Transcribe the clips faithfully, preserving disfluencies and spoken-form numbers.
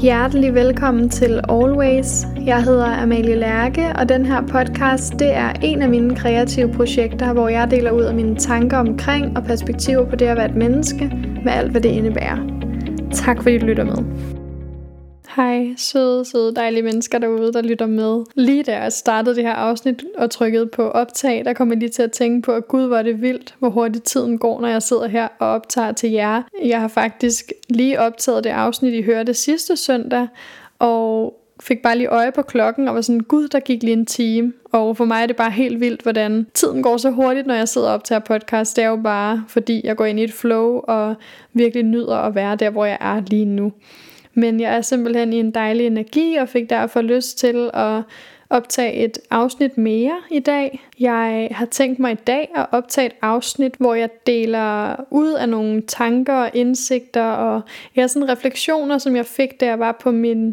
Hjertelig velkommen til Always. Jeg hedder Amalie Lærke, og den her podcast, det er en af mine kreative projekter, hvor jeg deler ud af mine tanker omkring og perspektiver på det at være et menneske, med alt hvad det indebærer. Tak fordi du lytter med. Hej, søde, søde, dejlige mennesker derude, der lytter med. Lige da jeg startede det her afsnit og trykkede på optag, der kom jeg lige til at tænke på, at gud, hvor er det vildt, hvor hurtigt tiden går, når jeg sidder her og optager til jer. Jeg har faktisk lige optaget det afsnit, I hørte sidste søndag, og fik bare lige øje på klokken og var sådan, gud, der gik lige en time. Og for mig er det bare helt vildt, hvordan tiden går så hurtigt, når jeg sidder og optager podcast. Det er jo bare, fordi jeg går ind i et flow og virkelig nyder at være der, hvor jeg er lige nu. Men jeg er simpelthen i en dejlig energi og fik derfor lyst til at optage et afsnit mere i dag. Jeg har tænkt mig i dag at optage et afsnit, hvor jeg deler ud af nogle tanker og indsigter og ja, sådan refleksioner, som jeg fik, da jeg var på min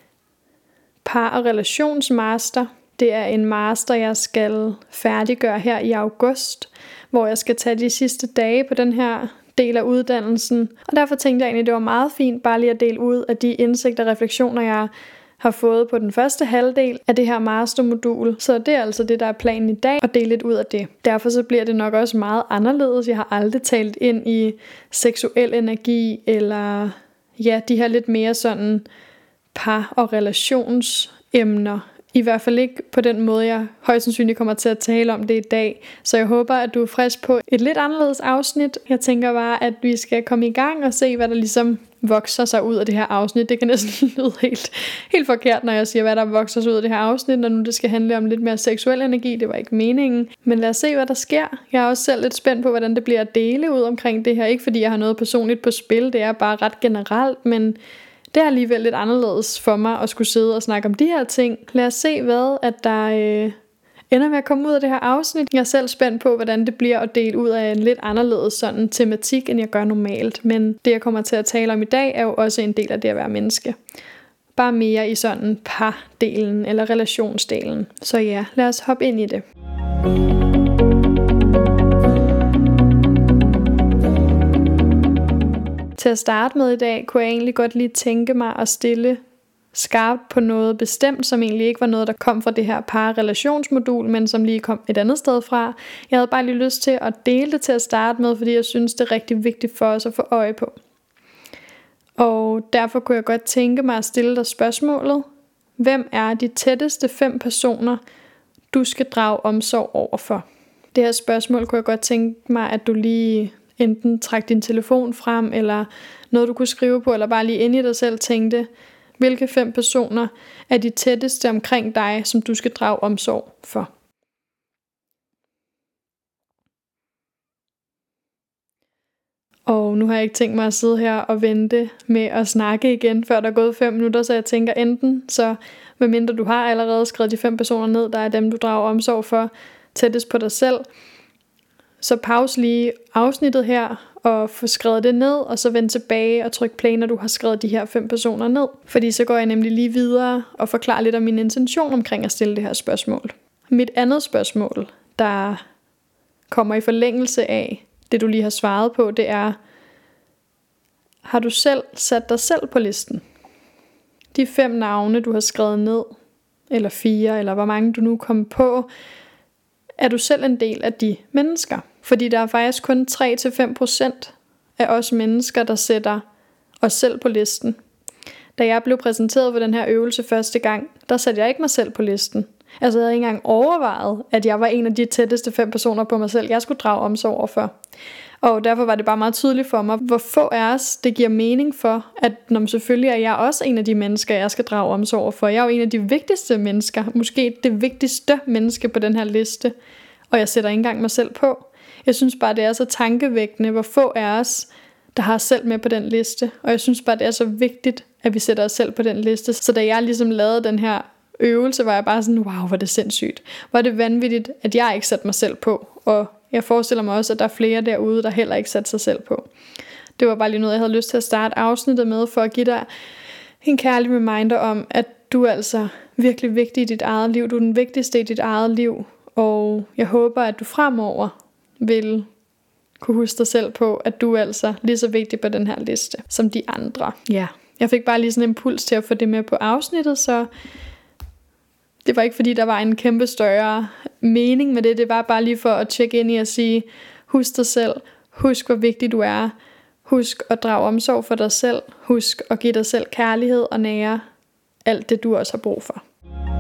par- og relationsmaster. Det er en master, jeg skal færdiggøre her i august, hvor jeg skal tage de sidste dage på den her del af uddannelsen. Og derfor tænkte jeg egentlig, det var meget fint bare lige at dele ud af de indsigter og refleksioner, jeg har fået på den første halvdel af det her mastermodul. Så det er altså det, der er planen i dag, at dele lidt ud af det. Derfor så bliver det nok også meget anderledes. Jeg har aldrig talt ind i seksuel energi, eller ja, de her lidt mere sådan par- og relationsemner. I hvert fald ikke på den måde, jeg højst sandsynligt kommer til at tale om det i dag. Så jeg håber, at du er frisk på et lidt anderledes afsnit. Jeg tænker bare, at vi skal komme i gang og se, hvad der ligesom vokser sig ud af det her afsnit. Det kan næsten lyde helt, helt forkert, når jeg siger, hvad der vokser sig ud af det her afsnit, når nu det skal handle om lidt mere seksuel energi. Det var ikke meningen. Men lad os se, hvad der sker. Jeg er også selv lidt spændt på, hvordan det bliver at dele ud omkring det her. Ikke fordi jeg har noget personligt på spil. Det er bare ret generelt, men det er alligevel lidt anderledes for mig at skulle sidde og snakke om de her ting. Lad os se, hvad at der øh, ender med at komme ud af det her afsnit. Jeg er selv spændt på, hvordan det bliver at dele ud af en lidt anderledes sådan tematik, end jeg gør normalt. Men det, jeg kommer til at tale om i dag, er jo også en del af det at være menneske. Bare mere i sådan par-delen eller relationsdelen. Så ja, lad os hoppe ind i det. Til at starte med i dag, kunne jeg egentlig godt lige tænke mig at stille skarpt på noget bestemt, som egentlig ikke var noget, der kom fra det her par-relationsmodul, men som lige kom et andet sted fra. Jeg havde bare lige lyst til at dele det til at starte med, fordi jeg synes, det er rigtig vigtigt for os at få øje på. Og derfor kunne jeg godt tænke mig at stille dig spørgsmålet: hvem er de tætteste fem personer, du skal drage omsorg overfor? Det her spørgsmål kunne jeg godt tænke mig, at du lige enten træk din telefon frem, eller noget du kunne skrive på, eller bare lige inde i dig selv tænkte, hvilke fem personer er de tætteste omkring dig, som du skal drage omsorg for. Og nu har jeg ikke tænkt mig at sidde her og vente med at snakke igen, før der er gået fem minutter, så jeg tænker enten, så medmindre du har allerede skrevet de fem personer ned, der er dem, du drager omsorg for, tættest på dig selv, så pause lige afsnittet her og få skrevet det ned, og så vend tilbage og tryk play, når du har skrevet de her fem personer ned. Fordi så går jeg nemlig lige videre og forklarer lidt om min intention omkring at stille det her spørgsmål. Mit andet spørgsmål, der kommer i forlængelse af det, du lige har svaret på, det er: har du selv sat dig selv på listen? De fem navne, du har skrevet ned, eller fire, eller hvor mange du nu kom på, er du selv en del af de mennesker? Fordi der er faktisk kun tre til fem procent af os mennesker, der sætter os selv på listen. Da jeg blev præsenteret for den her øvelse første gang, der satte jeg ikke mig selv på listen. Altså jeg havde ikke engang overvejet, at jeg var en af de tætteste fem personer på mig selv, jeg skulle drage omsorg for. Og derfor var det bare meget tydeligt for mig, hvor få af os det giver mening for, at når man selvfølgelig er jeg også en af de mennesker, jeg skal drage omsorg for. Jeg er jo en af de vigtigste mennesker, måske det vigtigste menneske på den her liste, og jeg sætter ikke engang mig selv på. Jeg synes bare, det er så tankevækkende, hvor få af os, der har os selv med på den liste. Og jeg synes bare, det er så vigtigt, at vi sætter os selv på den liste. Så da jeg ligesom lavede den her øvelse, var jeg bare sådan, wow, hvor er det sindssygt. Hvor er det vanvittigt, at jeg ikke satte mig selv på. Og jeg forestiller mig også, at der er flere derude, der heller ikke satte sig selv på. Det var bare lige noget, jeg havde lyst til at starte afsnittet med, for at give dig en kærlig reminder om, at du er altså virkelig vigtig i dit eget liv. Du er den vigtigste i dit eget liv. Og jeg håber, at du fremover vil kunne huske dig selv på, at du er altså lige så vigtig på den her liste som de andre. Ja, jeg fik bare lige sådan en impuls til at få det med på afsnittet, så det var ikke fordi der var en kæmpe større mening med det. Det var bare lige for at tjekke ind i at sige, husk dig selv, husk hvor vigtig du er, husk at drage omsorg for dig selv, husk at give dig selv kærlighed og nære alt det du også har brug for.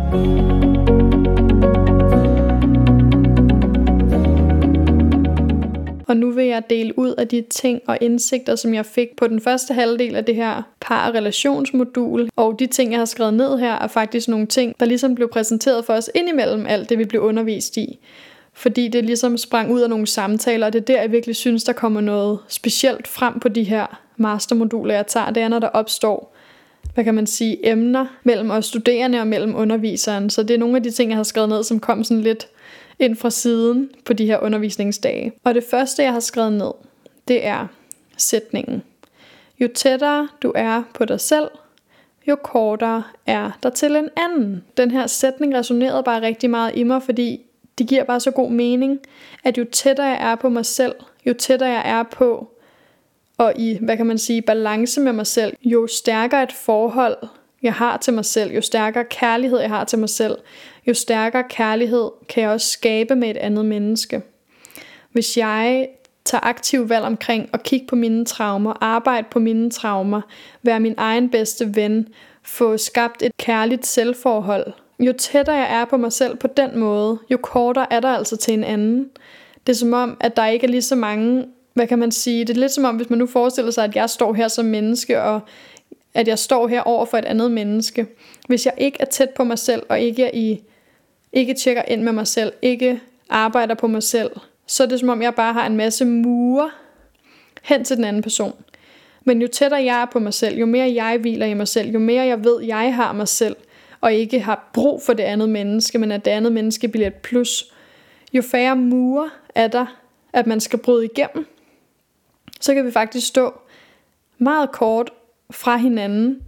Og nu vil jeg dele ud af de ting og indsigter, som jeg fik på den første halvdel af det her par- og relationsmodul. Og de ting, jeg har skrevet ned her, er faktisk nogle ting, der ligesom blev præsenteret for os indimellem alt det, vi blev undervist i. Fordi det ligesom sprang ud af nogle samtaler, og det er der, jeg virkelig synes, der kommer noget specielt frem på de her mastermoduler, jeg tager. Det er, når der opstår, hvad kan man sige, emner mellem os studerende og mellem underviseren. Så det er nogle af de ting, jeg har skrevet ned, som kom sådan lidt ind fra siden på de her undervisningsdage. Og det første, jeg har skrevet ned, det er sætningen. Jo tættere du er på dig selv, jo kortere er der til en anden. Den her sætning resonerede bare rigtig meget i mig, fordi det giver bare så god mening, at jo tættere jeg er på mig selv, jo tættere jeg er på, og i, hvad kan man sige, balance med mig selv, jo stærkere et forhold jeg har til mig selv, jo stærkere kærlighed jeg har til mig selv, jo stærkere kærlighed kan jeg også skabe med et andet menneske. Hvis jeg tager aktiv valg omkring at kigge på mine traumer, arbejde på mine traumer, være min egen bedste ven, få skabt et kærligt selvforhold, jo tættere jeg er på mig selv på den måde, jo kortere er der altså til en anden. Det er som om, at der ikke er lige så mange, hvad kan man sige, det er lidt som om, hvis man nu forestiller sig, at jeg står her som menneske, og at jeg står her over for et andet menneske. Hvis jeg ikke er tæt på mig selv, og ikke, er i, ikke tjekker ind med mig selv, ikke arbejder på mig selv, så er det som om, jeg bare har en masse mure hen til den anden person. Men jo tættere jeg er på mig selv, jo mere jeg hviler i mig selv, jo mere jeg ved, jeg har mig selv, og ikke har brug for det andet menneske, men at det andet menneske bliver et plus, jo færre mure er der, at man skal bryde igennem, så kan vi faktisk stå meget kort fra hinanden,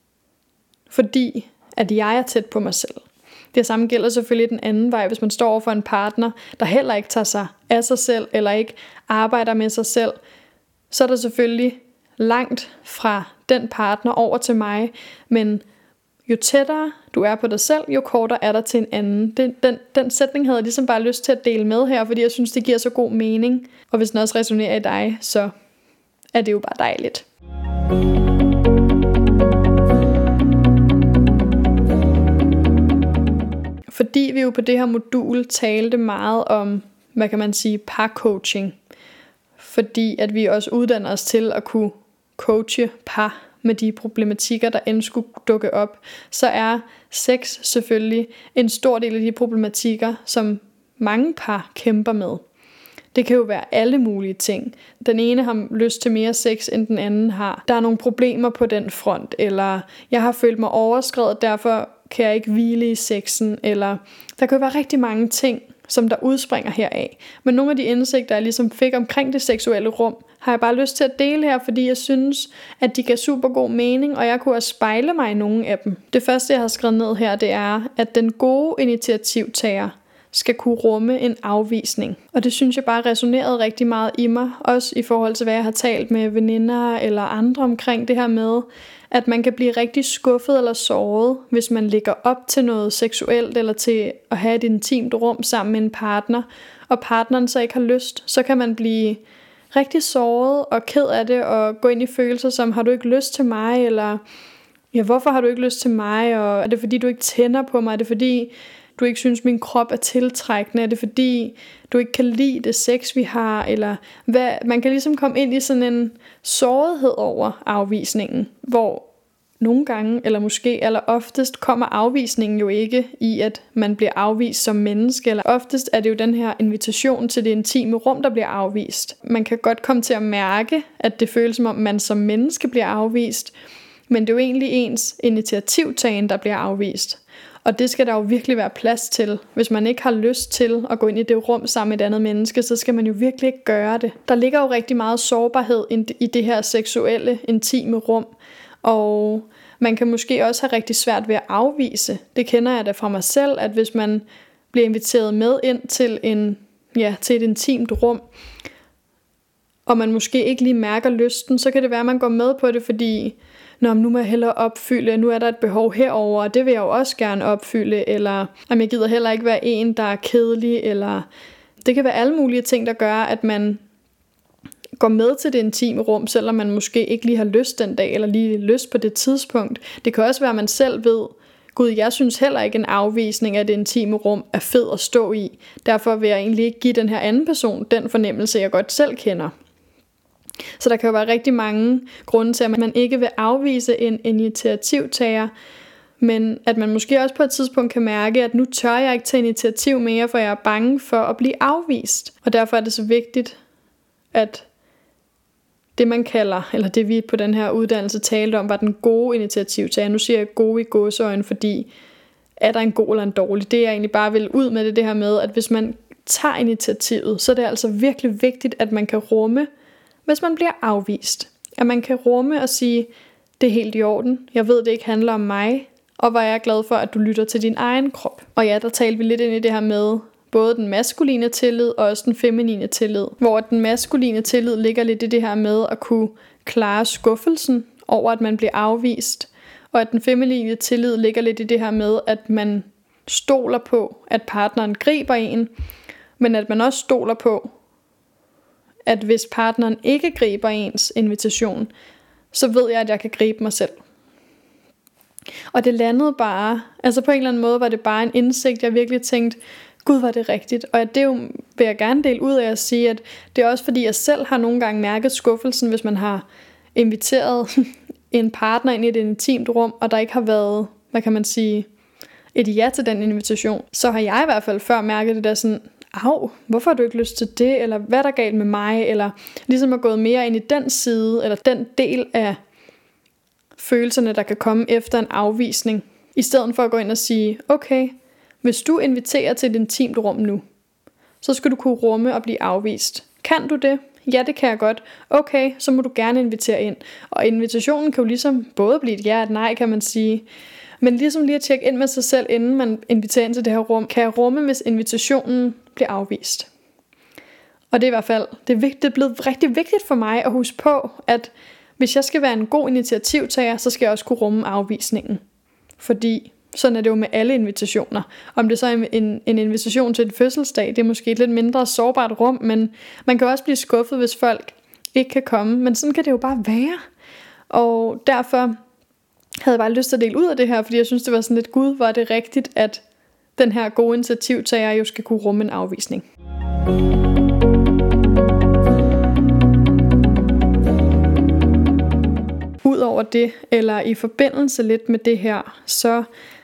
fordi at jeg er tæt på mig selv. Det samme gælder selvfølgelig den anden vej, hvis man står over for en partner, der heller ikke tager sig af sig selv, eller ikke arbejder med sig selv, så er der selvfølgelig langt fra den partner over til mig, men jo tættere du er på dig selv, jo kortere er der til en anden. Den, den, den sætning havde jeg ligesom bare lyst til at dele med her, fordi jeg synes, det giver så god mening. Og hvis den også resonerer i dig, så er det jo bare dejligt. Fordi vi jo på det her modul talte meget om, hvad kan man sige, parcoaching. Fordi at vi også uddanner os til at kunne coache par med de problematikker, der end skulle dukke op, så er sex selvfølgelig en stor del af de problematikker, som mange par kæmper med. Det kan jo være alle mulige ting. Den ene har lyst til mere sex, end den anden har. Der er nogle problemer på den front, eller jeg har følt mig overskredet, derfor kan jeg ikke hvile i sexen, eller der kan jo være rigtig mange ting, som der udspringer heraf. Men nogle af de indsigter, jeg ligesom fik omkring det seksuelle rum, har jeg bare lyst til at dele her, fordi jeg synes, at de gav super god mening, og jeg kunne også spejle mig i nogle af dem. Det første, jeg har skrevet ned her, det er, at den gode initiativtager skal kunne rumme en afvisning. Og det synes jeg bare resonerede rigtig meget i mig, også i forhold til, hvad jeg har talt med veninder eller andre omkring det her med, at man kan blive rigtig skuffet eller såret, hvis man ligger op til noget seksuelt, eller til at have et intimt rum sammen med en partner, og partneren så ikke har lyst, så kan man blive rigtig såret og ked af det, og gå ind i følelser som, har du ikke lyst til mig, eller ja, hvorfor har du ikke lyst til mig, og er det fordi du ikke tænder på mig, er det fordi du ikke synes min krop er tiltrækkende, er det fordi du ikke kan lide det sex vi har, eller hvad, man kan ligesom komme ind i sådan en sårighed over afvisningen, hvor nogle gange, eller måske eller oftest, kommer afvisningen jo ikke i, at man bliver afvist som menneske, eller oftest er det jo den her invitation til det intime rum, der bliver afvist. Man kan godt komme til at mærke, at det føles som om man som menneske bliver afvist, men det er jo egentlig ens initiativtagen, der bliver afvist. Og det skal der jo virkelig være plads til. Hvis man ikke har lyst til at gå ind i det rum sammen med et andet menneske, så skal man jo virkelig ikke gøre det. Der ligger jo rigtig meget sårbarhed i det her seksuelle, intime rum. Og man kan måske også have rigtig svært ved at afvise. Det kender jeg da fra mig selv, at hvis man bliver inviteret med ind til, en, ja, til et intimt rum, og man måske ikke lige mærker lysten, så kan det være, at man går med på det, fordi nå, nu må jeg hellere opfylde, nu er der et behov herover, og det vil jeg jo også gerne opfylde, eller om jeg gider heller ikke være en, der er kedelig, eller det kan være alle mulige ting, der gør, at man går med til det intime rum, selvom man måske ikke lige har lyst den dag, eller lige lyst på det tidspunkt. Det kan også være, at man selv ved, gud, jeg synes heller ikke en afvisning af det intime rum er fed at stå i. Derfor vil jeg egentlig ikke give den her anden person den fornemmelse, jeg godt selv kender. Så der kan jo være rigtig mange grunde til, at man ikke vil afvise en initiativtager, men at man måske også på et tidspunkt kan mærke, at nu tør jeg ikke tage initiativ mere, for jeg er bange for at blive afvist. Og derfor er det så vigtigt, at det man kalder, eller det vi på den her uddannelse talte om, var den gode initiativtager. Nu siger jeg gode i gåseøjne, fordi er der en god eller en dårlig? Det jeg egentlig bare vil ud med det, det her med, at hvis man tager initiativet, så er det altså virkelig vigtigt, at man kan rumme, hvis man bliver afvist. At man kan rumme og sige, det er helt i orden, jeg ved det ikke handler om mig, og hvor jeg er glad for, at du lytter til din egen krop. Og ja, der talte vi lidt ind i det her med, både den maskuline tillid og også den feminine tillid. Hvor den maskuline tillid ligger lidt i det her med at kunne klare skuffelsen over, at man bliver afvist. Og at den feminine tillid ligger lidt i det her med, at man stoler på, at partneren griber en, men at man også stoler på, at hvis partneren ikke griber ens invitation, så ved jeg, at jeg kan gribe mig selv. Og det landede bare, altså på en eller anden måde var det bare en indsigt, jeg virkelig tænkte, gud, var det rigtigt. Og det er jo, vil jeg gerne dele ud af at sige, at det er også fordi, jeg selv har nogle gange mærket skuffelsen, hvis man har inviteret en partner ind i et intimt rum, og der ikke har været, hvad kan man sige, et ja til den invitation. Så har jeg i hvert fald før mærket det der sådan, au, hvorfor har du ikke lyst til det, eller hvad er der galt med mig, eller ligesom er gået mere ind i den side, eller den del af følelserne, der kan komme efter en afvisning, i stedet for at gå ind og sige, okay, hvis du inviterer til et intimt rum nu, så skal du kunne rumme og blive afvist. Kan du det? Ja, det kan jeg godt. Okay, så må du gerne invitere ind. Og invitationen kan jo ligesom både blive et ja og et nej, kan man sige. Men ligesom lige at tjekke ind med sig selv, inden man inviterer ind til det her rum, kan jeg rumme, hvis invitationen bliver afvist. Og det er i hvert fald, det er, vigtigt, det er blevet rigtig vigtigt for mig at huske på, at hvis jeg skal være en god initiativtager, så skal jeg også kunne rumme afvisningen. Fordi sådan er det jo med alle invitationer. Om det så er en, en invitation til en fødselsdag, det er måske et lidt mindre sårbart rum, men man kan også blive skuffet, hvis folk ikke kan komme. Men sådan kan det jo bare være. Og derfor havde jeg bare lyst til at dele ud af det her, fordi jeg synes, det var sådan lidt, gud, var det rigtigt, at den her gode initiativtager jo skal kunne rumme en afvisning. Udover det, eller i forbindelse lidt med det her, så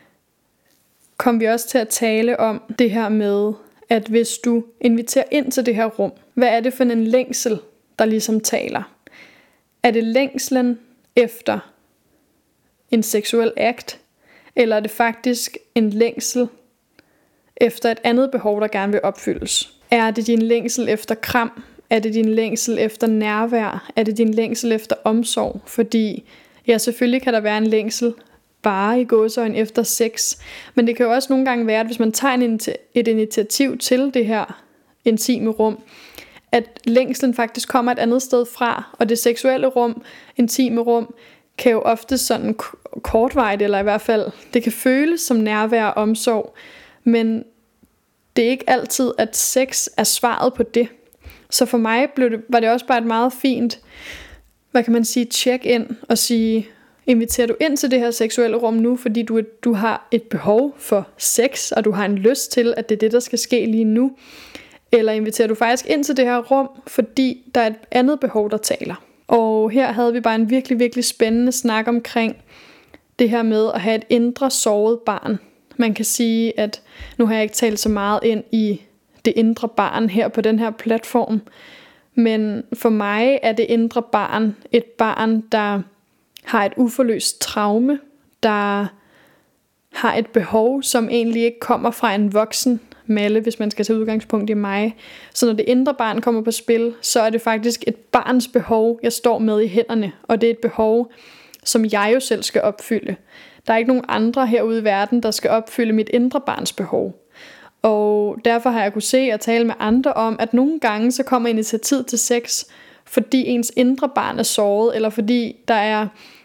kom vi også til at tale om det her med, at hvis du inviterer ind til det her rum, hvad er det for en længsel, der ligesom taler? Er det længslen efter en seksuel akt, eller er det faktisk en længsel efter et andet behov, der gerne vil opfyldes? Er det din længsel efter kram? Er det din længsel efter nærvær? Er det din længsel efter omsorg? Fordi ja, selvfølgelig kan der være en længsel bare i gåseøjne efter sex. Men det kan jo også nogle gange være, at hvis man tager en, et initiativ til det her intime rum, at længslen faktisk kommer et andet sted fra. Og det seksuelle rum, intime rum, kan jo ofte sådan kortvarigt, eller i hvert fald, det kan føles som nærvær og omsorg. Men det er ikke altid, at sex er svaret på det. Så for mig blev det, var det også bare et meget fint, hvad kan man sige, check-in og sige, inviterer du ind til det her seksuelle rum nu, fordi du, du har et behov for sex, og du har en lyst til, at det er det, der skal ske lige nu? Eller inviterer du faktisk ind til det her rum, fordi der er et andet behov, der taler? Og her havde vi bare en virkelig, virkelig spændende snak omkring det her med at have et indre såret barn. Man kan sige, at nu har jeg ikke talt så meget ind i det indre barn her på den her platform, men for mig er det indre barn et barn, der har et uforløst traume, der har et behov, som egentlig ikke kommer fra en voksen Malle, hvis man skal tage udgangspunkt i mig. Så når det indre barn kommer på spil, så er det faktisk et barns behov, jeg står med i hænderne, og det er et behov, som jeg jo selv skal opfylde. Der er ikke nogen andre herude i verden, der skal opfylde mit indre barns behov. Og derfor har jeg kunne se og tale med andre om, at nogle gange så kommer initiativet til sex, fordi ens indre barn er såret, eller fordi der er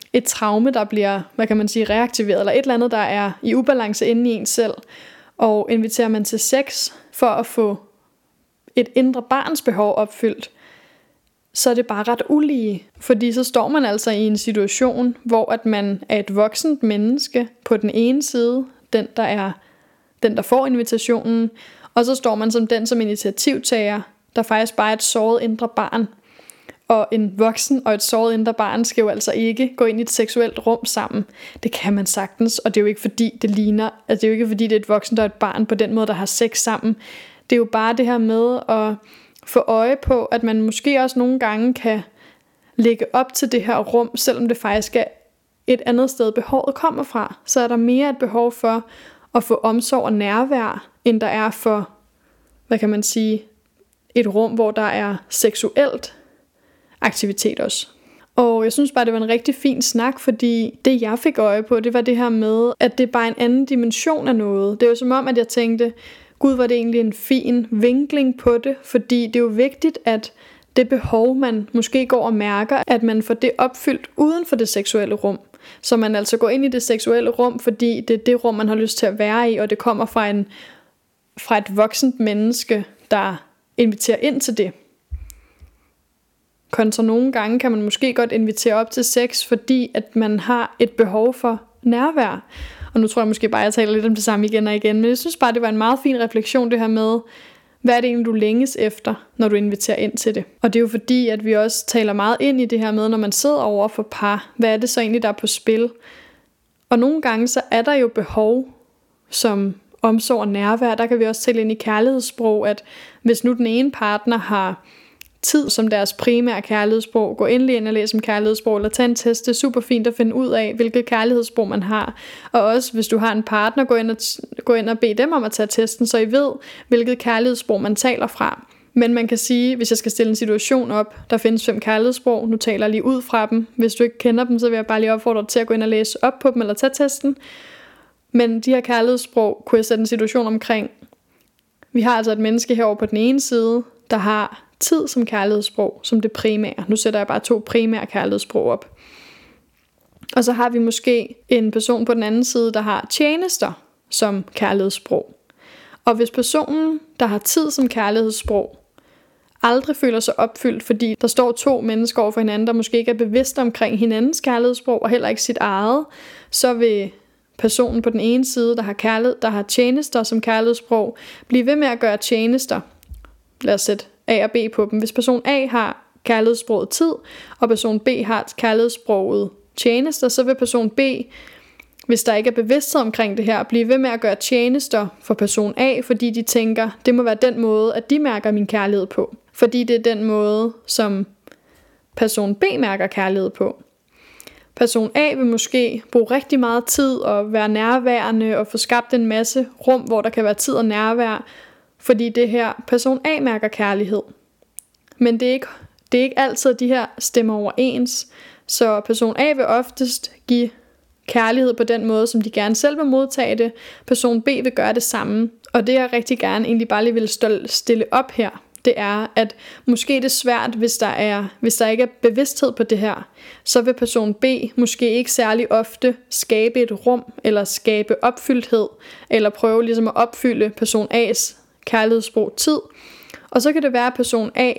et traume, der bliver, hvad kan man sige, reaktiveret, eller et eller andet, der er i ubalance inde i en selv, og inviterer man til sex for at få et indre barns behov opfyldt, så er det bare ret ulige, fordi så står man altså i en situation, hvor at man er et voksent menneske på den ene side, den der er den der får invitationen, og så står man som den som initiativtager, der faktisk bare er et såret indre barn. Og en voksen og et såret indre barn skal jo altså ikke gå ind i et seksuelt rum sammen. Det kan man sagtens, og det er jo ikke fordi det ligner, altså det er jo ikke fordi det er et voksen og et barn på den måde, der har sex sammen. Det er jo bare det her med at få øje på, at man måske også nogle gange kan lægge op til det her rum, selvom det faktisk er et andet sted behovet kommer fra. Så er der mere et behov for at få omsorg og nærvær, end der er for, hvad kan man sige, et rum, hvor der er seksuelt aktivitet også. Og jeg synes bare, det var en rigtig fin snak, fordi det jeg fik øje på, det var det her med, at det er bare en anden dimension af noget. Det er jo som om, at jeg tænkte, gud, var det egentlig en fin vinkling på det, fordi det er jo vigtigt, at det behov, man måske går og mærker, at man får det opfyldt uden for det seksuelle rum. Så man altså går ind i det seksuelle rum, fordi det er det rum, man har lyst til at være i, og det kommer fra, en, fra et voksent menneske, der inviterer ind til det. Kontra nogle gange kan man måske godt invitere op til sex, fordi at man har et behov for nærvær. Og nu tror jeg måske bare, at jeg taler lidt om det samme igen og igen, men jeg synes bare, det var en meget fin refleksion, det her med, hvad er det egentlig, du længes efter, når du inviterer ind til det? Og det er jo fordi, at vi også taler meget ind i det her med, når man sidder over for par, hvad er det så egentlig, der er på spil? Og nogle gange, så er der jo behov, som omsorg og nærvær. Der kan vi også tale ind i kærlighedssprog, at hvis nu den ene partner har tid som deres primære kærlighedssprog, gå endelig ind og læse om kærlighedssprog, eller tage en test, det er super fint at finde ud af, hvilket kærlighedssprog man har. Og også hvis du har en partner, gå ind og, gå ind og bed dem om at tage testen, så I ved, hvilket kærlighedssprog man taler fra. Men man kan sige, hvis jeg skal stille en situation op, der findes fem kærlighedssprog, nu taler jeg lige ud fra dem. Hvis du ikke kender dem, så vil jeg bare lige opfordre dig til at gå ind og læse op på dem, eller tage testen. Men de her kærlighedssprog kunne jeg sætte en situation omkring. Vi har altså et menneske herovre på den ene side, der har tid som kærlighedssprog, som det primære. Nu sætter jeg bare to primære kærlighedssprog op. Og så har vi måske en person på den anden side, der har tjenester som kærlighedssprog. Og hvis personen, der har tid som kærlighedssprog, aldrig føler sig opfyldt, fordi der står to mennesker over for hinanden, der måske ikke er bevidste omkring hinandens kærlighedssprog, og heller ikke sit eget, så vil personen på den ene side, der har, kærlighed, der har tjenester som kærlighedssprog, blive ved med at gøre tjenester. Lad os sætte A og B på dem. Hvis person A har kærlighedssproget tid, og person B har kærlighedssproget tjenester, så vil person B, hvis der ikke er bevidsthed omkring det her, blive ved med at gøre tjenester for person A, fordi de tænker, det må være den måde, at de mærker min kærlighed på. Fordi det er den måde, som person B mærker kærlighed på. Person A vil måske bruge rigtig meget tid og være nærværende og få skabt en masse rum, hvor der kan være tid og nærvær, fordi det her person A mærker kærlighed. Men det er ikke, det er ikke altid, at de her stemmer overens. Så person A vil oftest give kærlighed på den måde, som de gerne selv vil modtage det. Person B vil gøre det samme. Og det jeg rigtig gerne egentlig bare lige vil stille op her, det er, at måske det er svært, hvis der, er, hvis der ikke er bevidsthed på det her. Så vil person B måske ikke særlig ofte skabe et rum, eller skabe opfyldthed, eller prøve ligesom at opfylde person A's kærlighedssprog tid. Og så kan det være, at person A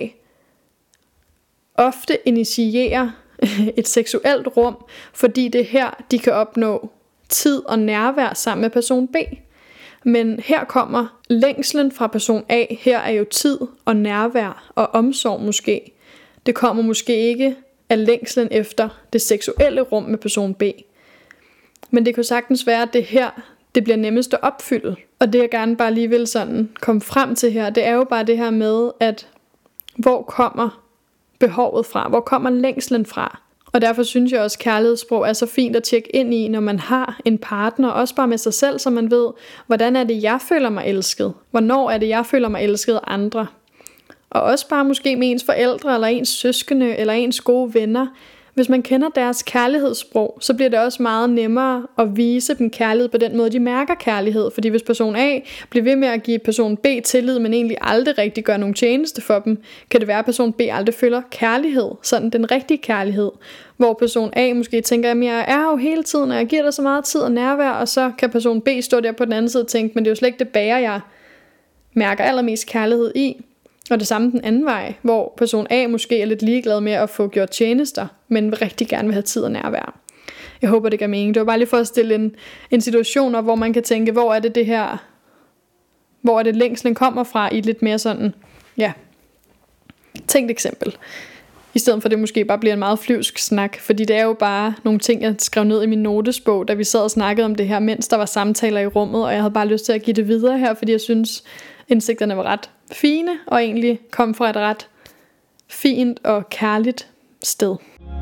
ofte initierer et seksuelt rum, fordi det er her, de kan opnå tid og nærvær sammen med person B. Men her kommer længslen fra person A. Her er jo tid og nærvær og omsorg måske. Det kommer måske ikke af længslen efter det seksuelle rum med person B. Men det kan sagtens være, at det her, det bliver nemmest at opfylde. Og det jeg gerne bare lige vil sådan komme frem til her, det er jo bare det her med, at hvor kommer behovet fra? Hvor kommer længslen fra? Og derfor synes jeg også, at kærlighedssprog er så fint at tjekke ind i, når man har en partner, også bare med sig selv, så man ved, hvordan er det, jeg føler mig elsket? Hvornår er det, jeg føler mig elsket af andre? Og også bare måske med ens forældre, eller ens søskende, eller ens gode venner. Hvis man kender deres kærlighedssprog, så bliver det også meget nemmere at vise dem kærlighed på den måde, de mærker kærlighed. Fordi hvis person A bliver ved med at give person B tillid, men egentlig aldrig rigtig gør nogen tjeneste for dem, kan det være, at person B aldrig føler kærlighed, sådan den rigtige kærlighed. Hvor person A måske tænker, at jeg er jo hele tiden, og jeg giver dig så meget tid og nærvær, og så kan person B stå der på den anden side og tænke, men det er jo slet ikke det bærer, jeg mærker allermest kærlighed i. Og det samme den anden vej, hvor person A måske er lidt ligeglad med at få gjort tjenester, men vil rigtig gerne vil have tid og nærvær. Jeg håber, det gør mening. Det var bare lige for at stille en, en situation op, hvor man kan tænke, hvor er det det her, hvor er det længslen kommer fra i lidt mere sådan, ja, tænkt eksempel. I stedet for det måske bare bliver en meget flyvsk snak, fordi det er jo bare nogle ting, jeg skrev ned i min notesbog, da vi sad og snakkede om det her, mens der var samtaler i rummet, og jeg havde bare lyst til at give det videre her, fordi jeg synes, indsigterne var ret fine, og egentlig kom fra et ret fint og kærligt sted.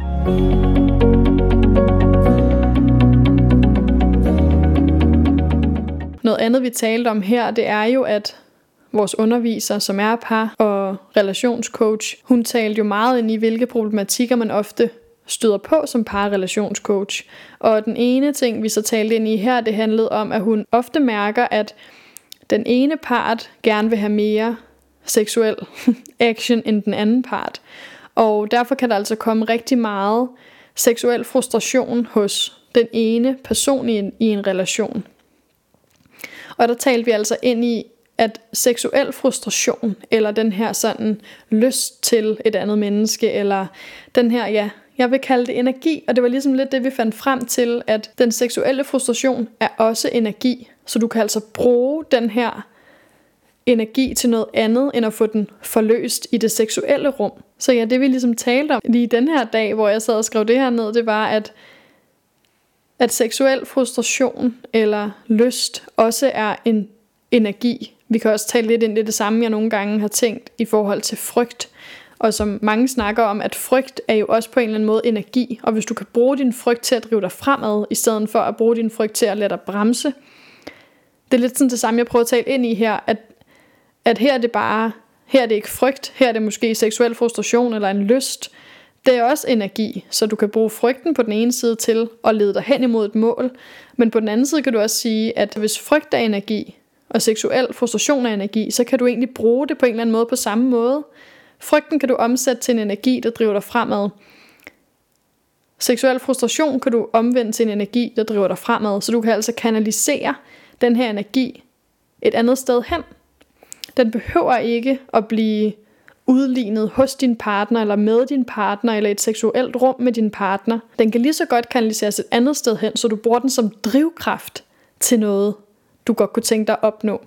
Noget andet, vi talte om her, det er jo, at vores underviser, som er par- og relationscoach, hun talte jo meget ind i, hvilke problematikker man ofte støder på som par- og relationscoach. Og den ene ting, vi så talte ind i her, det handlede om, at hun ofte mærker, at den ene part gerne vil have mere seksuel action end den anden part. Og derfor kan der altså komme rigtig meget seksuel frustration hos den ene person i en, i en relation. Og der talte vi altså ind i, at seksuel frustration, eller den her sådan lyst til et andet menneske, eller den her, ja, jeg vil kalde det energi, og det var ligesom lidt det, vi fandt frem til, at den seksuelle frustration er også energi, så du kan altså bruge den her energi til noget andet, end at få den forløst i det seksuelle rum. Så ja, det vi ligesom talte om lige den her dag, hvor jeg sad og skrev det her ned, det var, at at seksuel frustration eller lyst også er en energi. Vi kan også tale lidt ind i det samme, jeg nogle gange har tænkt i forhold til frygt. Og som mange snakker om, at frygt er jo også på en eller anden måde energi. Og hvis du kan bruge din frygt til at drive dig fremad, i stedet for at bruge din frygt til at lade dig bremse. Det er lidt sådan det samme, jeg prøver at tale ind i her, at, at her er det bare, her er det ikke frygt, her er det måske seksuel frustration eller en lyst. Det er også energi, så du kan bruge frygten på den ene side til at lede dig hen imod et mål. Men på den anden side kan du også sige, at hvis frygt er energi, og seksuel frustration er energi, så kan du egentlig bruge det på en eller anden måde på samme måde. Frygten kan du omsætte til en energi, der driver dig fremad. Seksuel frustration kan du omvende til en energi, der driver dig fremad. Så du kan altså kanalisere den her energi et andet sted hen. Den behøver ikke at blive udlignet hos din partner, eller med din partner, eller et seksuelt rum med din partner. Den kan lige så godt kanaliseres et andet sted hen, så du bruger den som drivkraft til noget, du godt kunne tænke dig at opnå.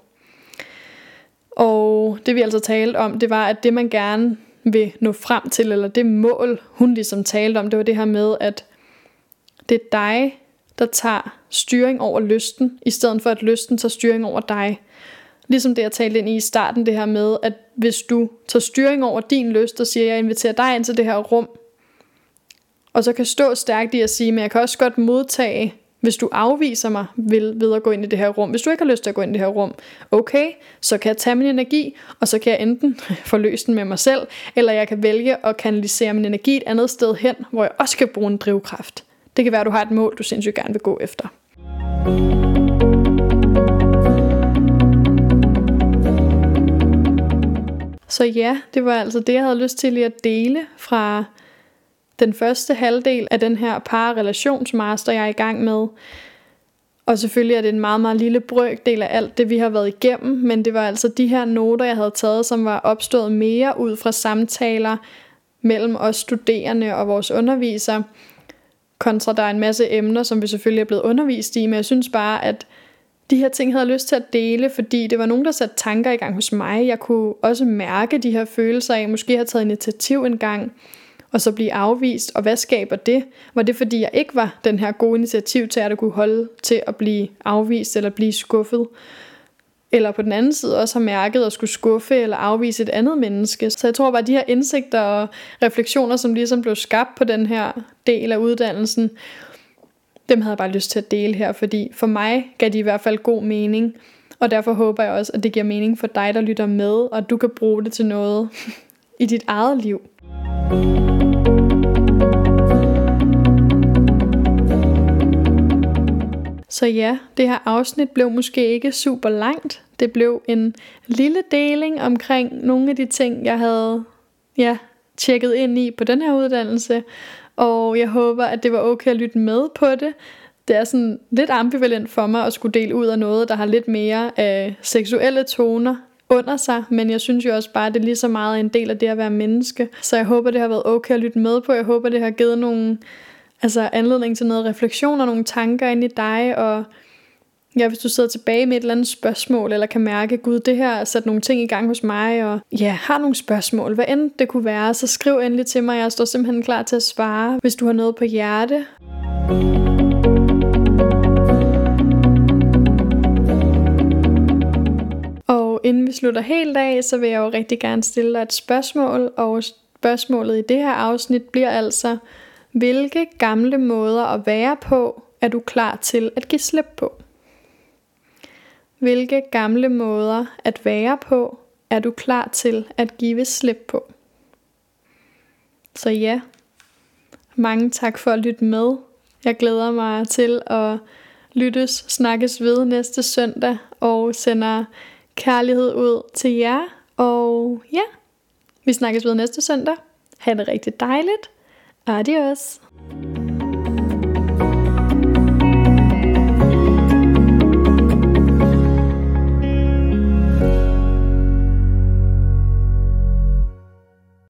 Og det vi altså talte om, det var, at det man gerne vil nå frem til, eller det mål, hun ligesom talte om, det var det her med, at det er dig, der tager styring over lysten, i stedet for at lysten tager styring over dig. Ligesom det jeg talte ind i i starten, det her med, at hvis du tager styring over din lyst, og siger, jeg inviterer dig ind til det her rum, og så kan stå stærkt i at sige, men jeg kan også godt modtage, hvis du afviser mig ved, ved at gå ind i det her rum. Hvis du ikke har lyst til at gå ind i det her rum, okay, så kan jeg tage min energi, og så kan jeg enten forløse den med mig selv, eller jeg kan vælge at kanalisere min energi et andet sted hen, hvor jeg også kan bruge en drivkraft. Det kan være, at du har et mål, du sindssygt gerne vil gå efter. Så ja, det var altså det, jeg havde lyst til at dele fra den første halvdel af den her par-relationsmaster, jeg er i gang med. Og selvfølgelig er det en meget, meget lille brøkdel af alt det, vi har været igennem. Men det var altså de her noter, jeg havde taget, som var opstået mere ud fra samtaler mellem os studerende og vores undervisere. Kontra der er en masse emner, som vi selvfølgelig er blevet undervist i. Men jeg synes bare, at de her ting havde jeg lyst til at dele, fordi det var nogen, der satte tanker i gang hos mig. Jeg kunne også mærke de her følelser af, måske have taget initiativ en gang, og så blive afvist. Og hvad skaber det? Var det fordi jeg ikke var den her gode initiativ til, at jeg kunne holde til at blive afvist eller blive skuffet? Eller på den anden side også har mærket at skulle skuffe eller afvise et andet menneske. Så jeg tror bare, at de her indsigter og refleksioner, som ligesom blev skabt på den her del af uddannelsen, dem havde jeg bare lyst til at dele her, fordi for mig gav de i hvert fald god mening. Og derfor håber jeg også, at det giver mening for dig, der lytter med, og at du kan bruge det til noget i dit eget liv. Så ja, det her afsnit blev måske ikke super langt. Det blev en lille deling omkring nogle af de ting, jeg havde ja, tjekket ind i på den her uddannelse. Og jeg håber, at det var okay at lytte med på det. Det er sådan lidt ambivalent for mig at skulle dele ud af noget, der har lidt mere af seksuelle toner under sig. Men jeg synes jo også bare, at det er lige så meget en del af det at være menneske. Så jeg håber, det har været okay at lytte med på. Jeg håber, det har givet nogle altså anledning til noget refleksion og nogle tanker ind i dig. Og ja, hvis du sidder tilbage med et eller andet spørgsmål, eller kan mærke, gud, det her har sat nogle ting i gang hos mig, og ja, har nogle spørgsmål, hvad end det kunne være, så skriv endelig til mig. Jeg står simpelthen klar til at svare, hvis du har noget på hjerte. Og inden vi slutter helt af, så vil jeg jo rigtig gerne stille dig et spørgsmål, og spørgsmålet i det her afsnit bliver altså, hvilke gamle måder at være på, er du klar til at give slip på? Hvilke gamle måder at være på, er du klar til at give slip på? Så ja, mange tak for at lytte med. Jeg glæder mig til at lyttes, snakkes ved næste søndag, og sender kærlighed ud til jer. Og ja, vi snakkes ved næste søndag. Ha' det rigtig dejligt. Adios.